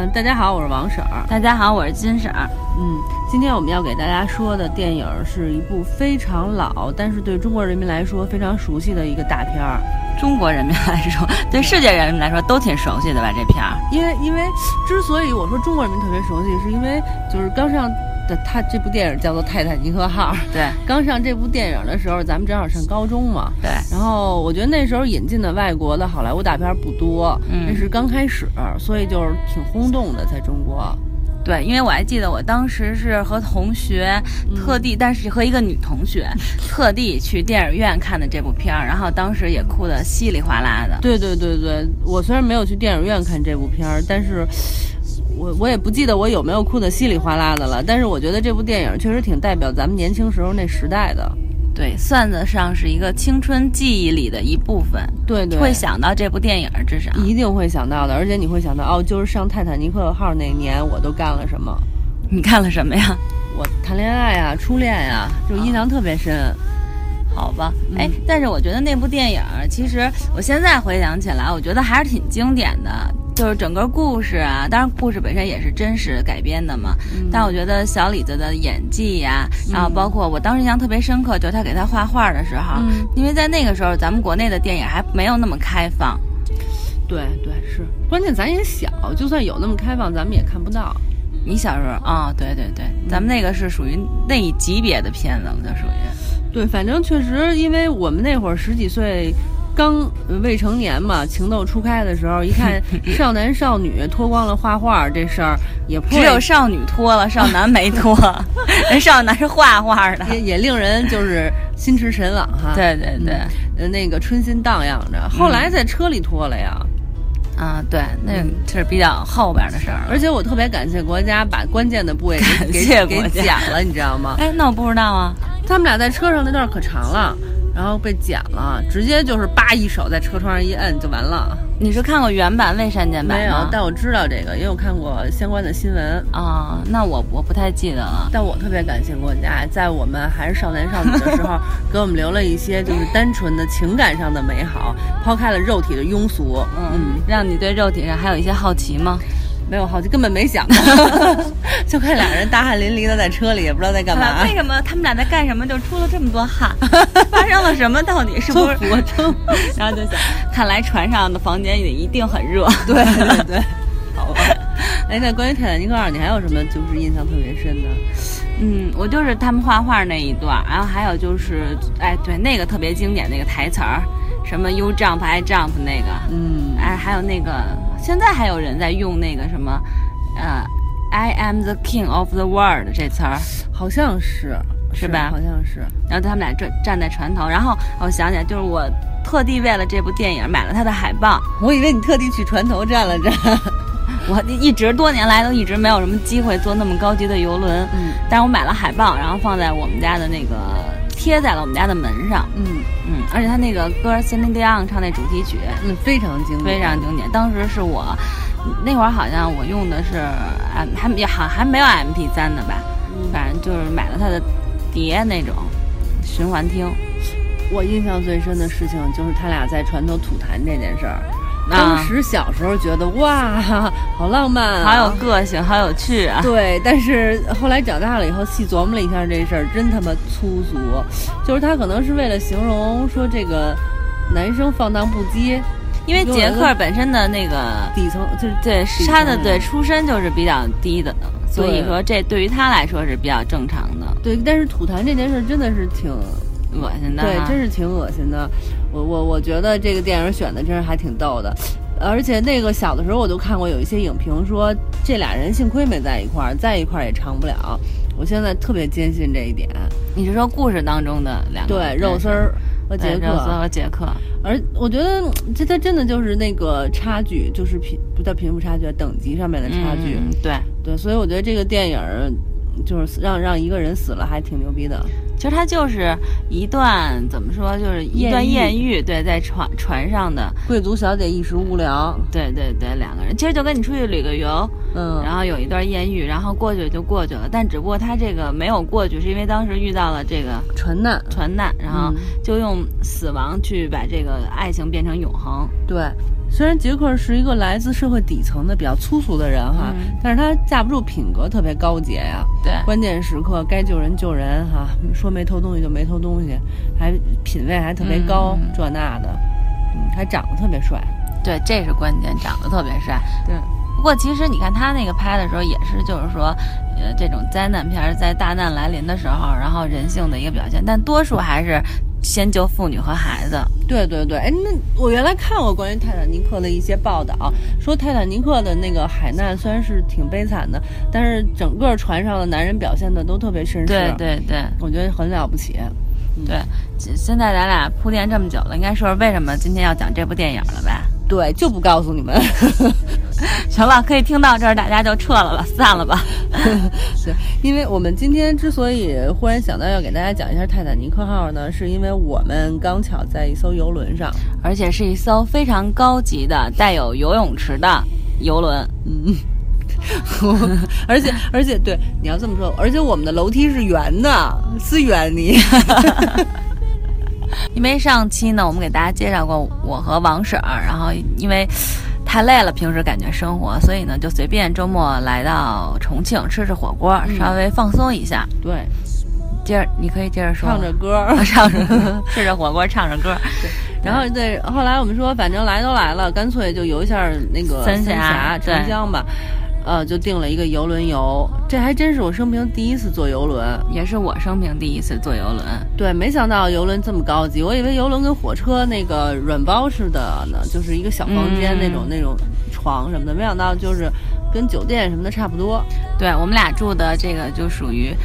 大家好，我是王婶儿。 大家好，我是金婶儿。 今天我们要给大家说的电影是一部非常老，但是对中国人民来说非常熟悉的一个大片儿。 中国人民来说，对世界人民来说都挺熟悉的吧？这片儿， 因为之所以我说中国人民特别熟悉，是因为就是刚上的他这部电影叫做《泰坦尼克号》。 对， 刚上这部电影的时候，咱们正好上高中嘛。 对。 然后我觉得那时候引进的外国的好莱坞大片不多，那是刚开始，所以就是挺轰动的，在中国。 对，因为我还记得我当时是和同学特地，但是和一个女同学特地去电影院看的这部片儿，然后当时也哭得稀里哗啦的。 对，我虽然没有去电影院看这部片儿，但是我也不记得我有没有哭得稀里哗啦的了。但是我觉得这部电影确实挺代表咱们年轻时候那时代的。 对，算得上是一个青春记忆里的一部分。 对， 会想到这部电影，至少一定会想到的。而且你会想到，就是上泰坦尼克号那年我都干了什么。 你干了什么呀？ 我谈恋爱呀，初恋呀，就印象特别深。 好吧，但是我觉得那部电影其实我现在回想起来，我觉得还是挺经典的。就是整个故事啊，当然故事本身也是真实改编的嘛，但我觉得小李子的演技呀，然后包括我当时印象特别深刻，就是他给他画画的时候，因为在那个时候咱们国内的电影还没有那么开放。 对，是，关键咱也小，就算有那么开放，咱们也看不到。 你小时候啊，对，咱们那个是属于那一级别的片子，我们就属于。 对，反正确实，因为我们那会儿十几岁。刚未成年嘛，情窦初开的时候，一看少男少女脱光了画画这事儿，也只有少女脱了，少男没脱。人少男是画画的， 也令人就是心驰神往哈。 对， 那个春心荡漾着。后来在车里脱了呀。 对，那是比较后边的事儿。 而且我特别感谢国家把关键的部位给剪了，你知道吗？ 那我不知道啊。 他们俩在车上那段可长了。然后被剪了，直接就是叭一手在车窗上一摁就完了。 你是看过原版未删减版吗？ 没有，但我知道这个，因为我看过相关的新闻啊。那我不太记得了。 但我特别感谢国家，在我们还是少男少女的时候，给我们留了一些就是单纯的情感上的美好，抛开了肉体的庸俗。 让你对肉体上还有一些好奇吗？ 没有好奇，根本没想过，就看俩人大汗淋漓的在车里，也不知道在干嘛。 为什么他们俩在干什么就出了这么多汗？发生了什么？到底是不是俯卧撑？ 然后就想，看来船上的房间里一定很热。 对，好吧。那关于泰坦尼克号，你还有什么就是印象特别深的？ 我就是他们画画那一段，然后还有就是，对，那个特别经典那个台词儿，什么 You jump, I jump 那个，还有那个。现在还有人在用那个什么，I am the king of the world 这词儿， 好像是吧？好像是。 然后他们俩站在船头，然后我想起来，就是我特地为了这部电影买了他的海报。 我以为你特地去船头站了站。 我一直多年来都一直没有什么机会坐那么高级的游轮，但是我买了海报，然后放在我们家的那个贴在了我们家的门上。而且他那个歌 Celine Dion 唱那主题曲， 非常经典， 非常经典。当时是我那会儿好像我用的是还没有 MP3 的吧，反正就是买了他的碟那种循环听。 我印象最深的事情就是他俩在船头吐痰这件事儿。当时小时候觉得哇，好浪漫啊， 好有个性，好有趣啊。 对，但是后来长大了以后细琢磨了一下这事儿，真他妈粗俗。就是他可能是为了形容说这个男生放荡不羁， 因为杰克本身的那个底层就是对他的出身就是比较低的，所以说这对于他来说是比较正常的。 对，但是吐痰这件事真的是挺恶心的。 对，真是挺恶心的。我觉得这个电影选的真是还挺逗的，而且那个小的时候我就看过有一些影评说这俩人幸亏没在一块儿，在一块儿也长不了。我现在特别坚信这一点。 你是说故事当中的两个？ 对，肉丝儿和杰克。 肉丝和杰克。 而我觉得这真的就是那个差距，就是不叫贫富差距，等级上面的差距。对，所以我觉得这个电影就是让一个人死了还挺牛逼的。 其实它就是一段怎么说，就是一段艳遇，对，在船上的贵族小姐一时无聊， 对，两个人其实就跟你出去旅个游，然后有一段艳遇，然后过去就过去了，但只不过他这个没有过去，是因为当时遇到了这个船难， 然后就用死亡去把这个爱情变成永恒。 对， 虽然杰克是一个来自社会底层的比较粗俗的人哈，但是他架不住品格特别高洁呀。 对， 关键时刻该救人救人哈，说没偷东西就没偷东西，还品味还特别高，这那的，还长得特别帅。 对，这是关键，长得特别帅。 对。 不过其实你看他那个拍的时候也是，就是说，这种灾难片在大难来临的时候，然后人性的一个表现，但多数还是先救妇女和孩子。 对对对，哎，那我原来看过关于泰坦尼克的一些报道，说泰坦尼克的那个海难虽然是挺悲惨的，但是整个船上的男人表现的都特别绅士。 对对对， 我觉得很了不起。 对，现在咱俩铺垫这么久了，应该说说为什么今天要讲这部电影了吧？ 对，就不告诉你们。 行了，可以听到这儿，大家就撤了吧，散了吧。 对，因为我们今天之所以忽然想到要给大家讲一下泰坦尼克号呢，是因为我们刚巧在一艘游轮上， 而且是一艘非常高级的带有游泳池的游轮。 而且对，你要这么说，而且我们的楼梯是圆的，是圆的。 因为上期呢，我们给大家介绍过我和王婶儿，然后因为太累了，平时感觉生活，所以呢就随便周末来到重庆吃吃火锅，稍微放松一下。 对， 你可以接着说， 唱着歌， 唱着吃着火锅，唱着歌。 对，然后对，后来我们说，反正来都来了，干脆就游一下那个三峡、长江吧。就订了一个游轮游，这还真是我生平第一次坐游轮， 也是我生平第一次坐游轮。 对，没想到游轮这么高级，我以为游轮跟火车那个软包似的呢，就是一个小房间那种床什么的，没想到就是跟酒店什么的差不多。 对，我们俩住的这个就属于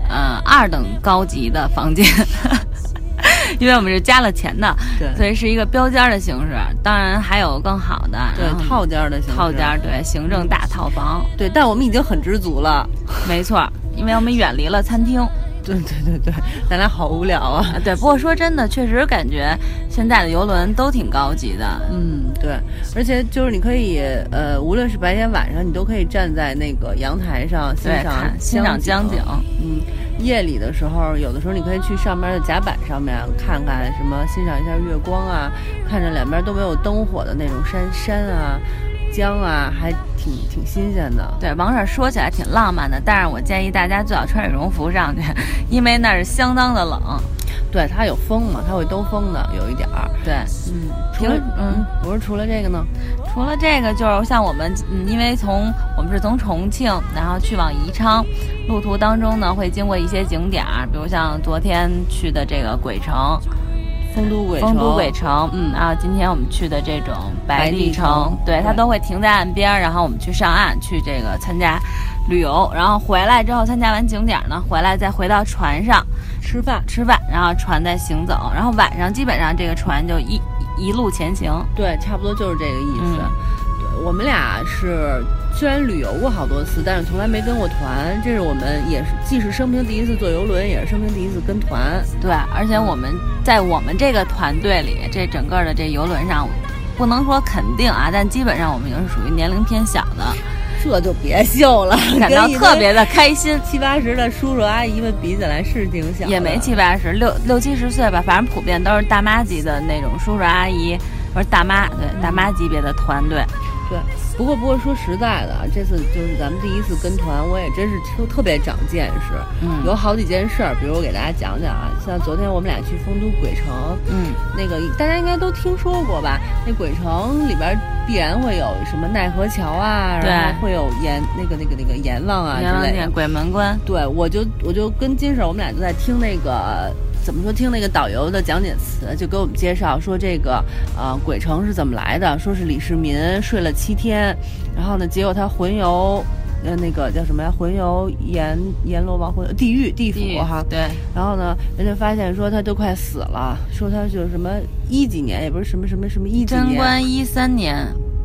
2等高级的房间。因为我们是加了钱的， 对， 所以是一个标间的形式。当然还有更好的， 对，套间的形式， 套间，对，行政大套房， 对。但我们已经很知足了， 没错，因为我们远离了餐厅。 对对对对，咱俩好无聊啊。 对，不过说真的，确实感觉现在的游轮都挺高级的。 对，而且就是你可以无论是白天晚上，你都可以站在那个阳台上欣赏江景。夜里的时候，有的时候你可以去上面的甲板上面看看什么，欣赏一下月光啊，看着两边都没有灯火的那种山啊、江啊，还挺新鲜的。 对，王婶说起来挺浪漫的，但是我建议大家最好穿羽绒服上去，因为那是相当的冷。 对，它有风嘛，它会兜风的，有一点儿。 对， 我说除了这个呢？ 除了这个，就是像我们，因为我们是从重庆，然后去往宜昌，路途当中呢会经过一些景点，比如像昨天去的这个鬼城。 丰都鬼城， 然后今天我们去的这种白帝城，对，它都会停在岸边，然后我们去上岸去这个参加旅游，然后回来之后参加完景点呢，回来再回到船上吃饭，然后船再行走，然后晚上基本上这个船就一路前行， 对，差不多就是这个意思。对，我们俩是虽然旅游过好多次，但是从来没跟过团，这是我们也是既是生平第一次坐游轮，也是生平第一次跟团。 对，而且我们在我们这个团队里，这整个的这游轮上，不能说肯定啊，但基本上我们已经是属于年龄偏小的。 这就别秀了， 感到特别的开心。 70、80的叔叔阿姨们比起来是挺小的， 也没70、80，60、70岁吧，反正普遍都是大妈级的那种叔叔阿姨，或者大妈，对，大妈级别的团队。 对，不过说实在的，这次就是咱们第一次跟团，我也真是特别长见识。有好几件事儿，比如我给大家讲讲啊，像昨天我们俩去丰都鬼城，那个大家应该都听说过吧？那鬼城里边必然会有什么奈何桥啊，然后会有那个阎王啊之类的鬼门关。 对，我就跟金婶我们俩就在听那个。怎么说？听那个导游的讲解词，就给我们介绍说这个鬼城是怎么来的，说是李世民睡了7天，然后呢，结果他魂游那个叫什么呀？魂游阎罗王魂地府哈。 对。 然后呢，人家发现说他都快死了，说他就是什么10几年，也不是什么11几年。 贞观13年。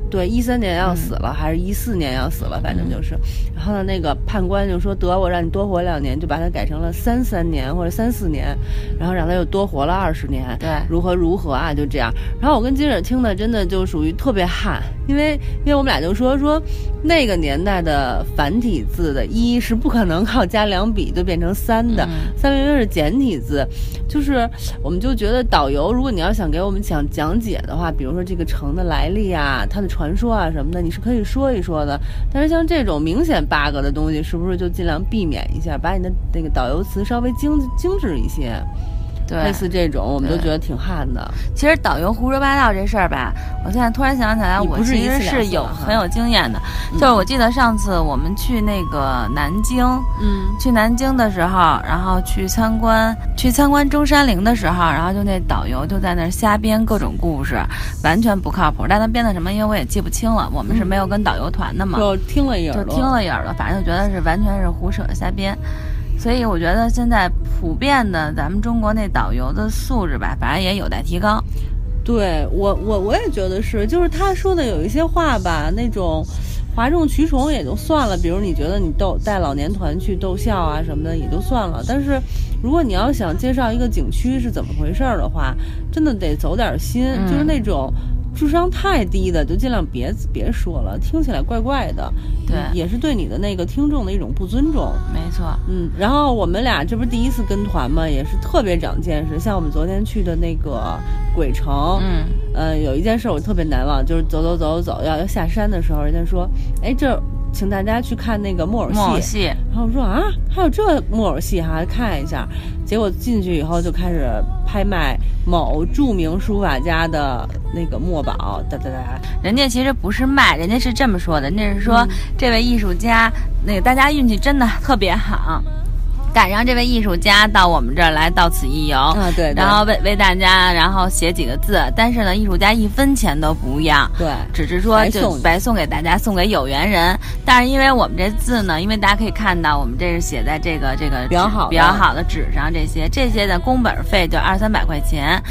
对，13年要死了，还是14年要死了，反正就是。然后呢，那个判官就说得我让你多活2年，就把他改成了33年或者34年，然后让他又多活了20年。 对， 如何啊，就这样。然后我跟记者听的真的就属于特别汗，因为我们俩就说那个年代的繁体字的1是不可能靠加2笔就变成3的，3明明是简体字。就是我们就觉得导游，如果你要想给我们讲解的话，比如说这个城的来历啊，它的传说啊什么的，你是可以说一说的。但是像这种明显 bug 的东西，是不是就尽量避免一下，把你的那个导游词稍微精致一些？ 对， 类似这种我们都觉得挺汗的。 其实导游胡说八道这事儿吧，我现在突然想起来，我其实是很有经验的。就是我记得上次我们去那个南京，去南京的时候，然后去参观中山陵的时候，然后就那导游就在那儿瞎编各种故事，完全不靠谱。但他编的什么，因为我也记不清了，我们是没有跟导游团的嘛， 就听了一耳朵，反正就觉得是完全是胡扯瞎编。所以我觉得现在普遍的咱们中国那导游的素质吧，反正也有待提高。 对，我也觉得是，就是他说的有一些话吧，那种哗众取宠也就算了，比如你觉得你带老年团去逗笑啊什么的也就算了，但是如果你要想介绍一个景区是怎么回事的话，真的得走点心，就是那种智商太低的就尽量别说了，听起来怪怪的。对，也是对你的那个听众的一种不尊重。 没错。 然后我们俩这不是第一次跟团嘛，也是特别长见识。像我们昨天去的那个鬼城，有一件事我特别难忘，就是走要下山的时候，人家说，哎，这请大家去看那个木偶戏。然后我说啊，还有这木偶戏哈，看一下。结果进去以后就开始拍卖某著名书法家的那个墨宝， 人家其实不是卖，人家是这么说的，人家是说这位艺术家，那个大家运气真的特别好。赶上这位艺术家到我们这儿来到此一游对， 然后为大家然后写几个字，但是呢艺术家1分钱都不要， 对， 只是说就白送给大家，送给有缘人。但是因为我们这字呢，因为大家可以看到我们这是写在这个比较好的纸上，这些的工本费就200-300块钱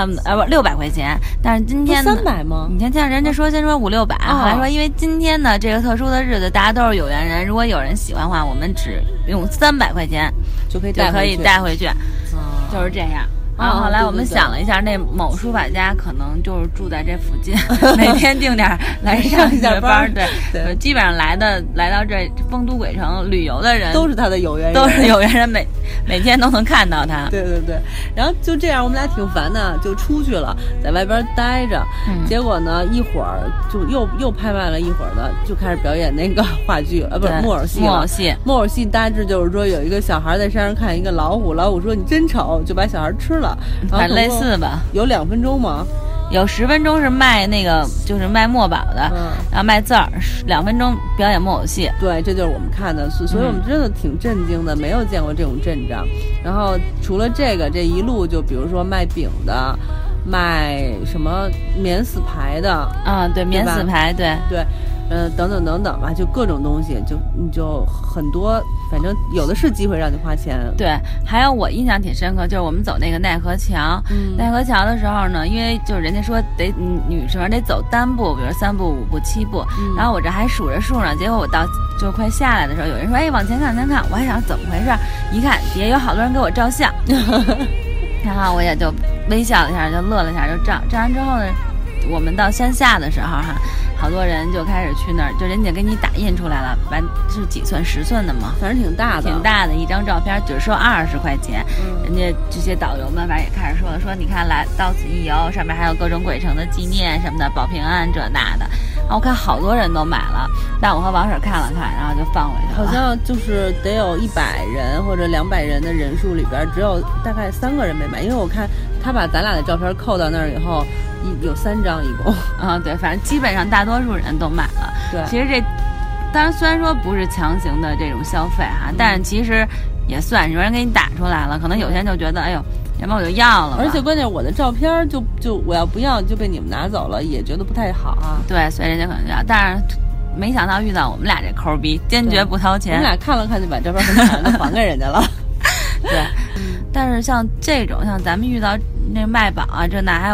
，600块钱。但是今天呢 300吗？ 你看人家先说500-600，后来说因为今天呢这个特殊的日子大家都是有缘人，如果有人喜欢的话，我们只用300块钱就可以带回去，就是这样。然后后来我们想了一下，那某书法家可能就是住在这附近，每天定点来上一下班。对，基本上来到这丰都鬼城旅游的人都是他的有缘人， 都是有缘人，每天都能看到他。 对。然后就这样，我们俩挺烦的，就出去了，在外边待着。结果呢，一会儿就又拍卖了一会儿的，就开始表演那个话剧，不是木偶戏。大致就是说，有一个小孩在山上看一个老虎，老虎说你真丑，就把小孩吃了。 反正类似吧。 有2分钟吗？ 有10分钟是卖那个，就是卖墨宝的，然后卖字儿，2分钟表演木偶戏。 对，这就是我们看的，所以我们真的挺震惊的，没有见过这种阵仗。然后除了这一路就比如说卖饼的，卖什么免死牌的对，免死牌，对。 等等吧，就各种东西，你就很多，反正有的是机会让你花钱。 对，还有我印象挺深刻，就是我们走那个奈何桥，奈何桥的时候呢，因为就是人家说得女生得走单步，比如3步、5步、7步，然后我这还数着数呢，结果我到就快下来的时候，有人说哎往前看，我还想怎么回事，一看底下有好多人给我照相，然后我也就微笑了一下，就乐了一下，就照完之后呢，我们到山下的时候好多人就开始去那儿，就人家给你打印出来了，完是几寸10寸的嘛， 反正挺大的一张照片，只收20块钱。人家这些导游们反正也开始说你看来到此一游，上面还有各种鬼城的纪念什么的，保平安这那的。然后我看好多人都买了，但我和王婶看了看，然后就放回去了。 好像就是得有100人或者200人的人数里边，只有大概3个人没买，因为我看他把咱俩的照片扣到那儿以后。有3张一共对，反正基本上大多数人都买了。 对， 其实这当然虽然说不是强行的这种消费但是其实也算有人给你打出来了，可能有些人就觉得哎呦，要不然我就要了吧。 而且关键我的照片就我要不要就被你们拿走了，也觉得不太好对，所以人家可能要，但是没想到遇到我们俩这抠逼，坚决不掏钱。 我们俩看了看就把照片很惨的还给人家了。 对。但是像这种像咱们遇到那卖宝这那，还有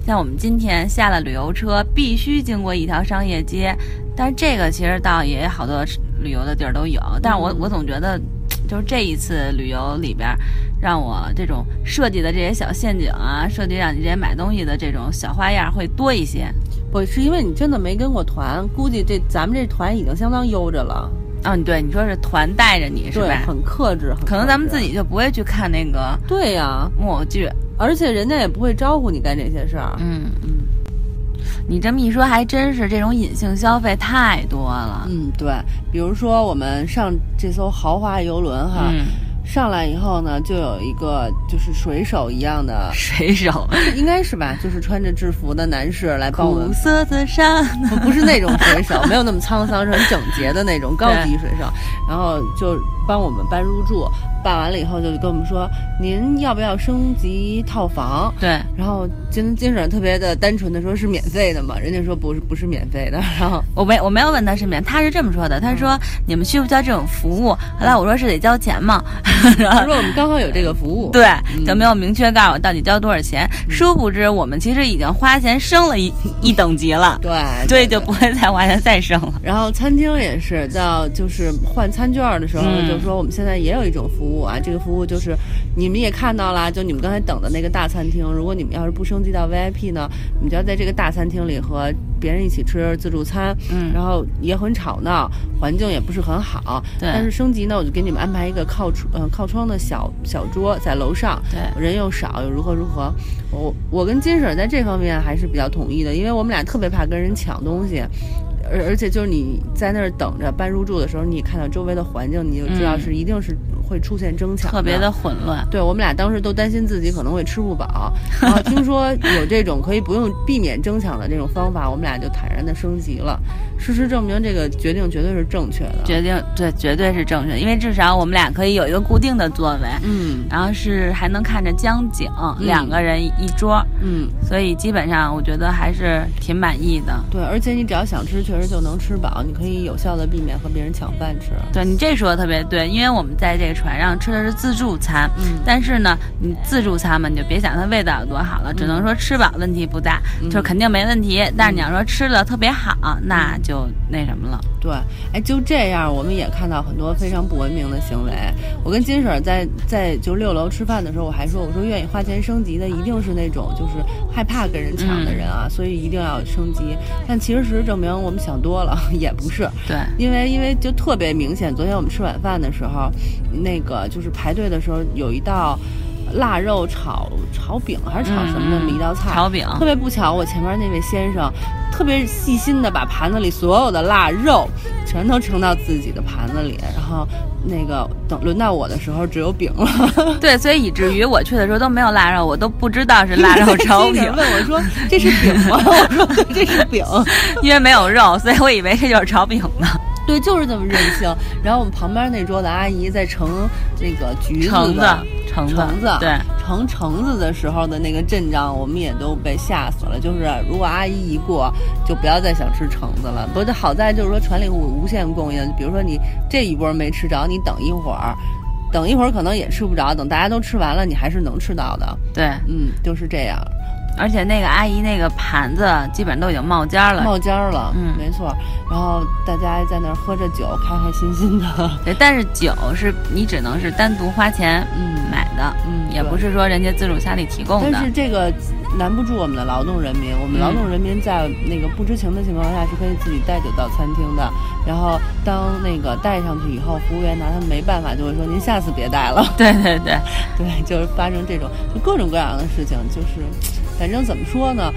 像我们今天下了旅游车，必须经过一条商业街，但是这个其实倒也好多旅游的地儿都有，但是我总觉得就是这一次旅游里边，让我这种设计的这些小陷阱啊，设计让你这些买东西的这种小花样会多一些。 不是因为你真的没跟过团，估计咱们这团已经相当悠着了。 对，你说是团带着你是吧？ 对，很克制， 可能咱们自己就不会去看那个。 对呀， 木偶剧， 而且人家也不会招呼你干这些事儿。 你这么一说，还真是这种隐性消费太多了。 对，比如说我们上这艘豪华游轮哈。上来以后呢，就有一个就是水手一样的水手， 应该是吧，就是穿着制服的男士来帮我们。 苦涩的山， 不是那种水手，没有那么沧桑，是很整洁的那种高级水手。然后就帮我们办入住，办完了以后就跟我们说，您要不要升级套房？ 对。 然后精神特别的单纯的说是免费的嘛，人家说不是免费的。然后我没有问他是免，他是这么说的，他说你们需不需要这种服务？后来我说是得交钱吗？ 他说我们刚好有这个服务， 对，就没有明确告诉我到底交多少钱。殊不知我们其实已经花钱升了一等级了，对，就不会再花钱再升了。 然后餐厅也是到就是换餐券的时候，就说我们现在也有一种服务啊，这个服务就是你们也看到了，就你们刚才等的那个大餐厅，如果你们要是不升级到 VIP 呢，你就要在这个大餐厅里和别人一起吃自助餐，然后也很吵闹，环境也不是很好，但是升级呢，我就给你们安排一个靠窗的小桌在楼上，对，人又少又如何。我跟金婶在这方面还是比较统一的，因为我们俩特别怕跟人抢东西，而且就是你在那儿等着办入住的时候，你看到周围的环境，你就知道是一定是会出现争抢的， 特别的混乱。 对，我们俩当时都担心自己可能会吃不饱，然后听说有这种可以不用避免争抢的这种方法，我们俩就坦然的升级了。事实证明，这个决定绝对是正确的。 绝对是正确的，因为至少我们俩可以有一个固定的座位，然后是还能看着江景，两个人一桌，所以基本上我觉得还是挺满意的。 对，而且你只要想吃，确实就能吃饱，你可以有效的避免和别人抢饭吃。 对，你这说的特别对，因为我们在这个船上吃的是自助餐，但是呢，你自助餐嘛，你就别想它味道有多好了，只能说吃饱问题不大，就肯定没问题。但是你要说吃的特别好，那就那什么了。 对，就这样，我们也看到很多非常不文明的行为。我跟金婶在就6楼吃饭的时候，我说愿意花钱升级的，一定是那种就是害怕跟人抢的人啊，所以一定要升级。但其实事实证明我们想多了，也不是。 对， 因为就特别明显，昨天我们吃晚饭的时候，那个就是排队的时候有一道腊肉炒饼还是炒什么的一道菜， 炒饼特别不巧，我前面那位先生特别细心的把盘子里所有的腊肉全都盛到自己的盘子里，然后那个等轮到我的时候只有饼了。 对，所以以至于我去的时候都没有腊肉，我都不知道是腊肉炒饼。 问我说这是饼吗？我说对，这是饼， 因为没有肉，所以我以为这就是炒饼呢。 对，就是这么任性。然后我们旁边那桌的阿姨在盛那个橘子橙子，对， 盛橙子的时候的那个阵仗，我们也都被吓死了。就是如果阿姨一过，就不要再想吃橙子了。不过好在就是说船里无限供应，比如说你这一波没吃着，你等一会儿可能也吃不着，等大家都吃完了，你还是能吃到的。 对， 就是这样。 而且那个阿姨那个盘子基本都已经冒尖了， 没错。然后大家在那儿喝着酒，开开心心的。 对，但是酒是你只能是单独花钱买的，也不是说人家自助餐里提供的。 但是这个难不住我们的劳动人民，我们劳动人民在那个不知情的情况下是可以自己带酒到餐厅的。然后当那个带上去以后，服务员拿他们没办法，就会说您下次别带了。 对， 就是发生这种就各种各样的事情，就是反正怎么说呢，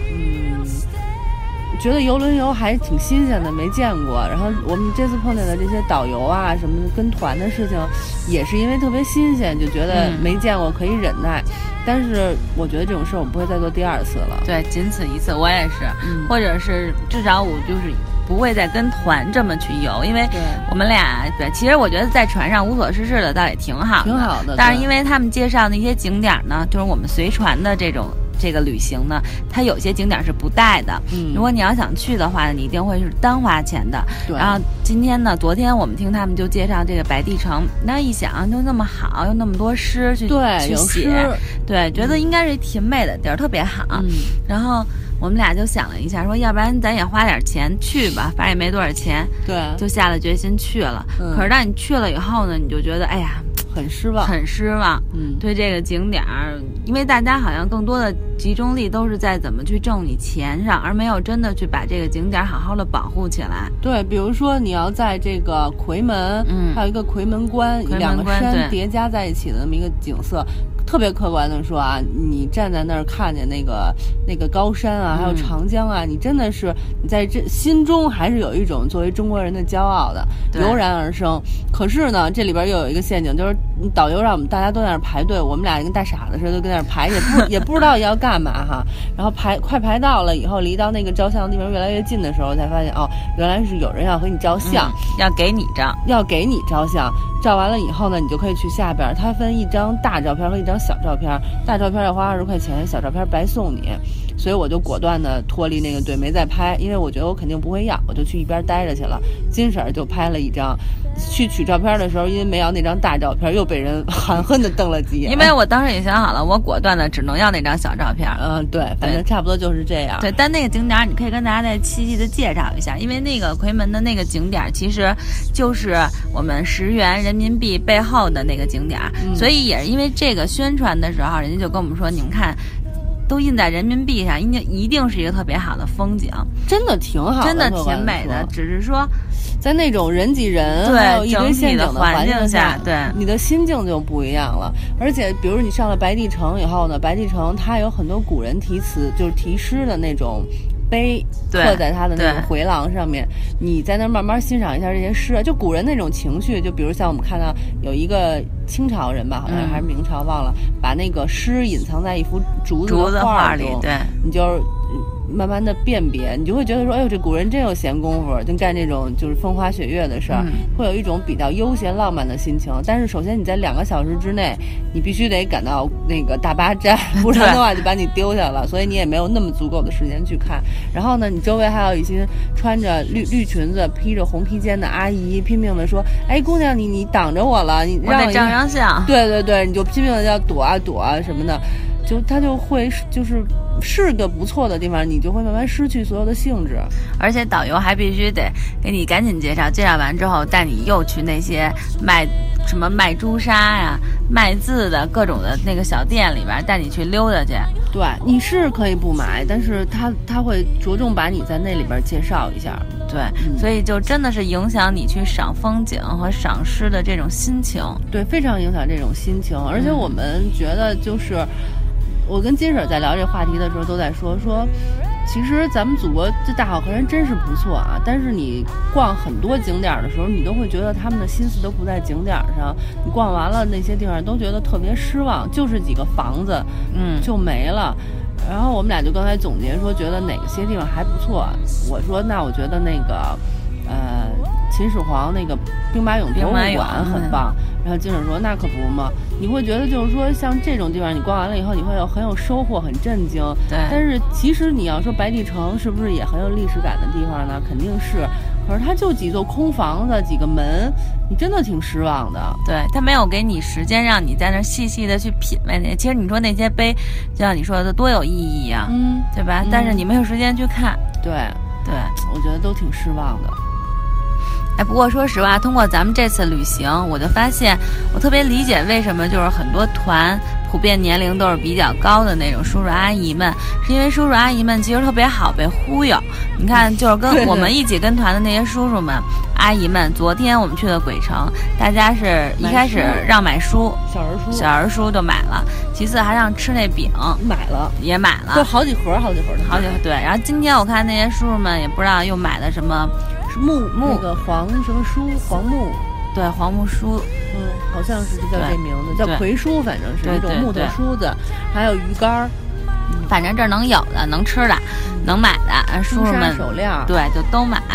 觉得邮轮游还挺新鲜的，没见过。然后我们这次碰见的这些导游啊什么跟团的事情，也是因为特别新鲜，就觉得没见过可以忍耐。但是我觉得这种事我不会再做第二次了。 对，仅此一次，我也是，或者是至少我就是不会再跟团这么去游，因为我们俩其实我觉得在船上无所事事的倒也挺好的。 挺好的。 但是因为他们介绍的一些景点呢，就是我们随船的这种这个旅行呢，它有些景点是不带的。如果你要想去的话，你一定会是单花钱的。然后昨天我们听他们就介绍这个白帝城，那一想就那么好，又那么多诗去写，对，觉得应该是挺美的地儿，特别好。然后我们俩就想了一下，说要不然咱也花点钱去吧，反正也没多少钱， 对， 就下了决心去了。可是当你去了以后呢，你就觉得哎呀， 很失望， 对这个景点儿，因为大家好像更多的集中力都是在怎么去挣你钱上，而没有真的去把这个景点好好的保护起来。 对，比如说你要在这个夔门，还有一个夔门关，两个山叠加在一起的那么一个景色。特别客观的说啊，你站在那儿看见那个高山啊，还有长江啊，你真的是你在这心中还是有一种作为中国人的骄傲的，油然而生。可是呢，这里边又有一个陷阱，就是导游让我们大家都在那儿排队，我们俩跟大傻子似的就跟那儿排，也不知道要干嘛哈。然后快排到了以后，离到那个照相的地方越来越近的时候，才发现哦，原来是有人要和你照相， 要给你照相。照完了以后呢，你就可以去下边，它分一张大照片和一张小照片，大照片要花20块钱，小照片白送你。所以我就果断的脱离那个队，没再拍，因为我觉得我肯定不会要，我就去一边待着去了。金婶就拍了一张，去取照片的时候，因为没要那张大照片，又被人含恨的瞪了几眼。 因为我当时也想好了，我果断的只能要那张小照片。 对，反正差不多就是这样。 对，但那个景点你可以跟大家再细的介绍一下，因为那个夔门的那个景点其实就是我们10元人民币背后的那个景点，所以也是因为这个宣传的时候，人家就跟我们说，你们看。都印在人民币上，一定是一个特别好的风景， 真的挺好的， 真的挺美的。只是说， 在那种人挤人、还有一堆陷阱的环境下，对你的心境就不一样了。而且，比如你上了白帝城以后呢，白帝城它有很多古人题词，就是题诗的那种。碑刻在他的那种回廊上面，你在那慢慢欣赏一下这些诗，就古人那种情绪。就比如像我们看到有一个清朝人吧，好像还是明朝忘了，把那个诗隐藏在一幅竹子的画里， 对， 你就慢慢的辨别，你就会觉得说，哎呦，这古人真有闲工夫，就干这种就是风花雪月的事儿，会有一种比较悠闲浪漫的心情。但是首先你在2个小时之内，你必须得赶到那个大巴站，不然的话就把你丢下了，所以你也没有那么足够的时间去看。然后呢，你周围还有一些穿着绿裙子、披着红披肩的阿姨，拼命的说：“哎，姑娘，你挡着我了，你让我得照张相。” 对，你就拼命的要躲啊什么的。就它就会是个不错的地方，你就会慢慢失去所有的兴致。 而且导游还必须得给你赶紧介绍完之后，带你又去那些卖朱砂呀、卖字的各种的那个小店里边，带你去溜达去。 对，你是可以不买，但是他会着重把你在那里边介绍一下。 对，所以就真的是影响你去赏风景和赏诗的这种心情。 对，非常影响这种心情。而且我们觉得就是我跟金婶在聊这话题的时候都在说，其实咱们祖国这大好河山真是不错啊，但是你逛很多景点的时候，你都会觉得他们的心思都不在景点上，你逛完了那些地方都觉得特别失望，就是几个房子就没了。然后我们俩就刚才总结说，觉得哪些地方还不错。我说那我觉得那个秦始皇那个兵马俑博物馆很棒。然后金婶说那可不嘛，你会觉得就是说像这种地方你逛完了以后，你会很有收获，很震惊。 对， 但是其实你要说白帝城是不是也很有历史感的地方呢？肯定是。可是它就几座空房子，几个门，你真的挺失望的。 对，它没有给你时间让你在那细细的去品味那些。其实你说那些碑，就像你说的多有意义啊，对吧？但是你没有时间去看。 对，我觉得都挺失望的。 哎，不过说实话，通过咱们这次旅行，我就发现我特别理解为什么就是很多团普遍年龄都是比较高的那种叔叔阿姨们，是因为叔叔阿姨们其实特别好被忽悠。你看，就是跟我们一起跟团的那些叔叔们、阿姨们，昨天我们去的鬼城，大家是一开始让买书，小人书就买了，其次还让吃那饼，也买了， 就好几盒， 对。然后今天我看那些叔叔们也不知道又买了什么。 木那个黄什么书，黄木， 对，黄木书， 好像是叫这名字，叫葵书，反正是一种木头梳子，还有鱼竿， 反正这儿能有的、能吃的、能买的，叔叔们手链， 对，就都买。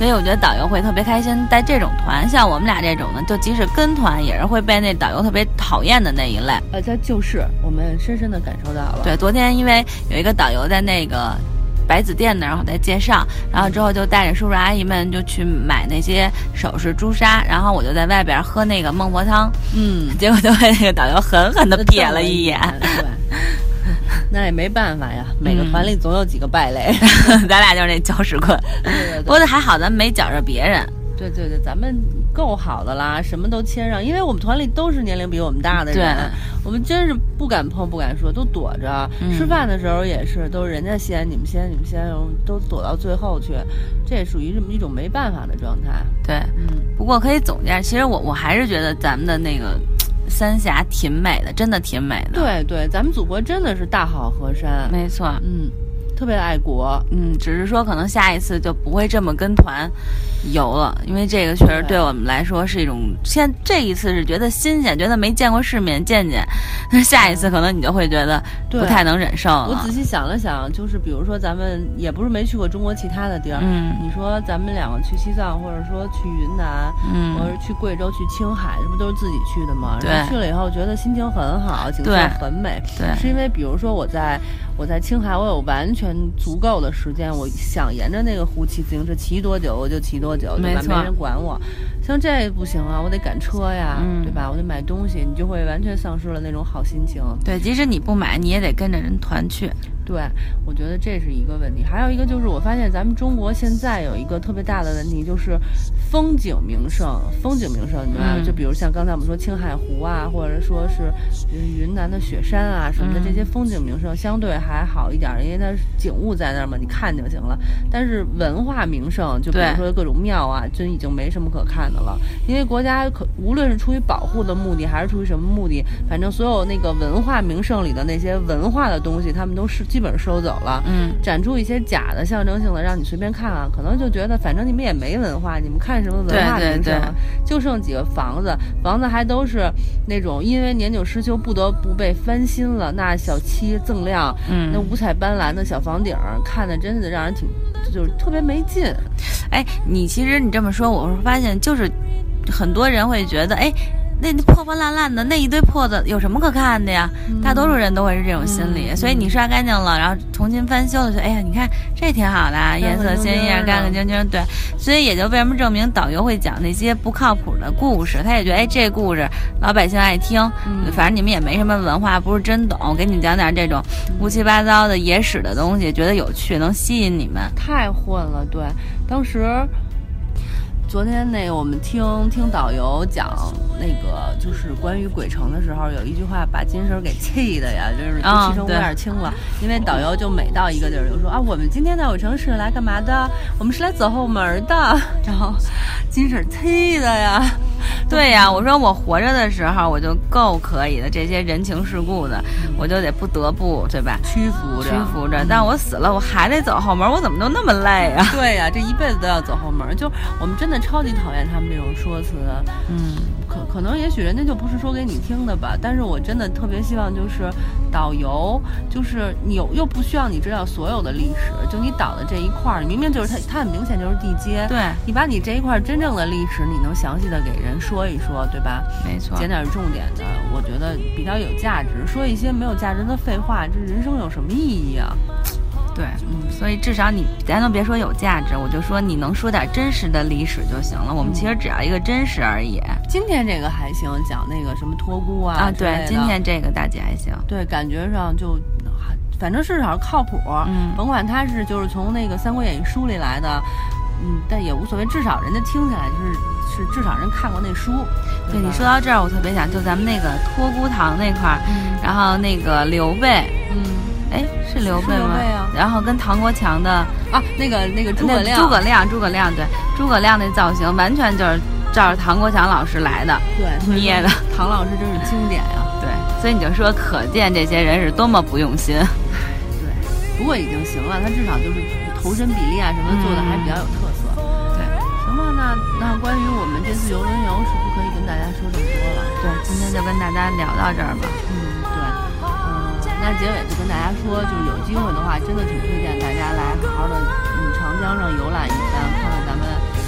所以我觉得导游会特别开心带这种团。像我们俩这种呢，就即使跟团也是会被那导游特别讨厌的那一类。 它就是我们深深的感受到了。 对，昨天因为有一个导游在那个百子店呢，然后在介绍，然后之后就带着叔叔阿姨们就去买那些首饰朱砂，然后我就在外边喝那个孟婆汤，结果就被那个导游狠狠地瞥了一眼。 对，那也没办法呀，每个团里总有几个败类， 咱俩就是那搅屎棍。 对， 不过还好咱没搅着别人。 对，咱们够好的啦，什么都谦让，因为我们团里都是年龄比我们大的人，我们真是不敢碰不敢说，都躲着。吃饭的时候也是，都是人家先，你们先，都躲到最后去，这也属于这么一种没办法的状态。 对，不过可以总结，其实我还是觉得咱们的那个三峡挺美的，真的挺美的。 对，咱们祖国真的是大好河山， 没错， 特别的爱国， 只是说可能下一次就不会这么跟团游了，因为这个确实对我们来说是一种，这一次是觉得新鲜，觉得没见过世面见，但是下一次可能你就会觉得不太能忍受了。 我仔细想了想，就是比如说咱们也不是没去过中国其他的地儿，你说咱们两个去西藏，或者说去云南，或者去贵州、去青海，这不都是自己去的吗？然后去了以后觉得心情很好，景色很美，是因为比如说我在青海，我有完全足够的时间，我想沿着那个湖骑自行车骑多久我就骑多久，对吧？没人管我。像这不行啊，我得赶车呀，对吧？我得买东西，你就会完全丧失了那种好心情。 对，即使你不买，你也得跟着人团去。 对，我觉得这是一个问题。还有一个就是我发现咱们中国现在有一个特别大的问题，就是风景名胜，你明白？就比如像刚才我们说青海湖啊，或者说是云南的雪山啊什么的，这些风景名胜相对还好一点，因为它景物在那儿嘛，你看就行了。但是文化名胜，就比如说各种庙啊，真已经没什么可看的了。因为国家无论是出于保护的目的，还是出于什么目的，反正所有那个文化名胜里的那些文化的东西，他们都是基本收走了，展出一些假的象征性的，让你随便看啊，可能就觉得反正你们也没文化，你们看什么文化名胜？就剩几个房子还都是那种因为年久失修不得不被翻新了，那小漆锃亮，那五彩斑斓的小房顶，看的真的让人就是特别没劲。 哎，其实你这么说，我是发现就是很多人会觉得，哎，那破破烂烂的那一堆破的有什么可看的呀？大多数人都会是这种心理，所以你刷干净了，然后重新翻修了，说哎呀，你看这挺好的，颜色鲜艳，干干净净。对，所以也就为什么证明导游会讲那些不靠谱的故事，他也觉得哎，这故事老百姓爱听，反正你们也没什么文化，不是真懂，给你们讲点这种乌七八糟的野史的东西，觉得有趣，能吸引你们。 太混了，对，当时。昨天那个我们听导游讲那个就是关于鬼城的时候，有一句话把金婶给气的呀，就是气成五眼青了。因为导游就每到一个地儿就说啊，我们今天到鬼城是来干嘛的？我们是来走后门的。然后金婶气的呀。 对呀，我说我活着的时候我就够可以的，这些人情世故的我就得不得不，对吧？ 屈服着。但我死了我还得走后门，我怎么都那么累啊？ 对呀，这一辈子都要走后门。就我们真的超级讨厌他们这种说辞。可能也许人家就不是说给你听的吧，但是我真的特别希望就是导游，就是你又不需要你知道所有的历史，就你导的这一块，明明就是它很明显就是地接， 对， 你把你这一块真正的历史，你能详细的给人说一说，对吧？ 没错， 捡点重点的，我觉得比较有价值。说一些没有价值的废话，这人生有什么意义啊？ 对，所以至少咱都别说有价值，我就说你能说点真实的历史就行了。我们其实只要一个真实而已。 今天这个还行，讲那个什么托孤啊， 对，今天这个大姐还行， 对，感觉上就反正至少靠谱。甭管他是就是从那个《三国演义》书里来的，但也无所谓，至少人家听起来是至少人看过那书。 对，你说到这儿，我特别想就咱们那个托孤堂那块儿，然后那个刘备，是刘备吗？然后跟唐国强的啊，那个诸葛亮， 对，诸葛亮那造型完全就是照着唐国强老师来的， 对， 捏的。 唐老师真是经典呀。 对，所以你就说，可见这些人是多么不用心。 对，不过已经行了，他至少就是头身比例啊什么做的还比较有特色。 对， 行吧，那关于我们这次游轮游是不是可以跟大家说这么多了？ 对，今天就跟大家聊到这儿吧。 那结尾就跟大家说，就是有机会的话，真的挺推荐大家来好好的长江上游览一番，看看咱们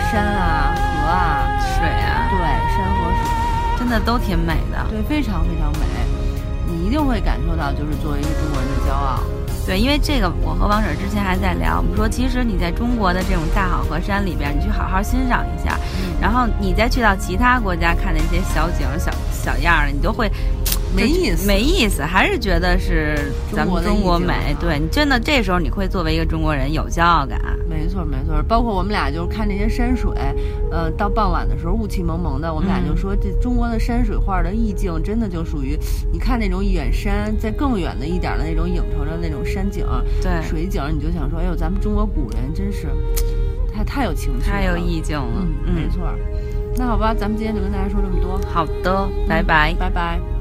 山啊、河啊、 水啊， 对，山河水， 真的都挺美的。 对，非常非常美，你一定会感受到，就是作为一个中国人的骄傲。 对，因为这个，我和王婶之前还在聊，我们说其实你在中国的这种大好河山里边，你去好好欣赏一下，然后你再去到其他国家看那些小景、小样的，你就会没意思，还是觉得是咱们中国美。对，你真的这时候你会作为一个中国人有骄傲感。 没错没错，包括我们俩就是看那些山水，到傍晚的时候雾气蒙蒙的，我们俩就说这中国的山水画的意境真的就属于，你看那种远山，在更远的一点的那种影瞅着那种山景， 对， 水景，你就想说，哎呦，咱们中国古人真是太有情趣了， 太有意境了。 没错。那好吧，咱们今天就跟大家说这么多。 好的，拜拜， 拜拜。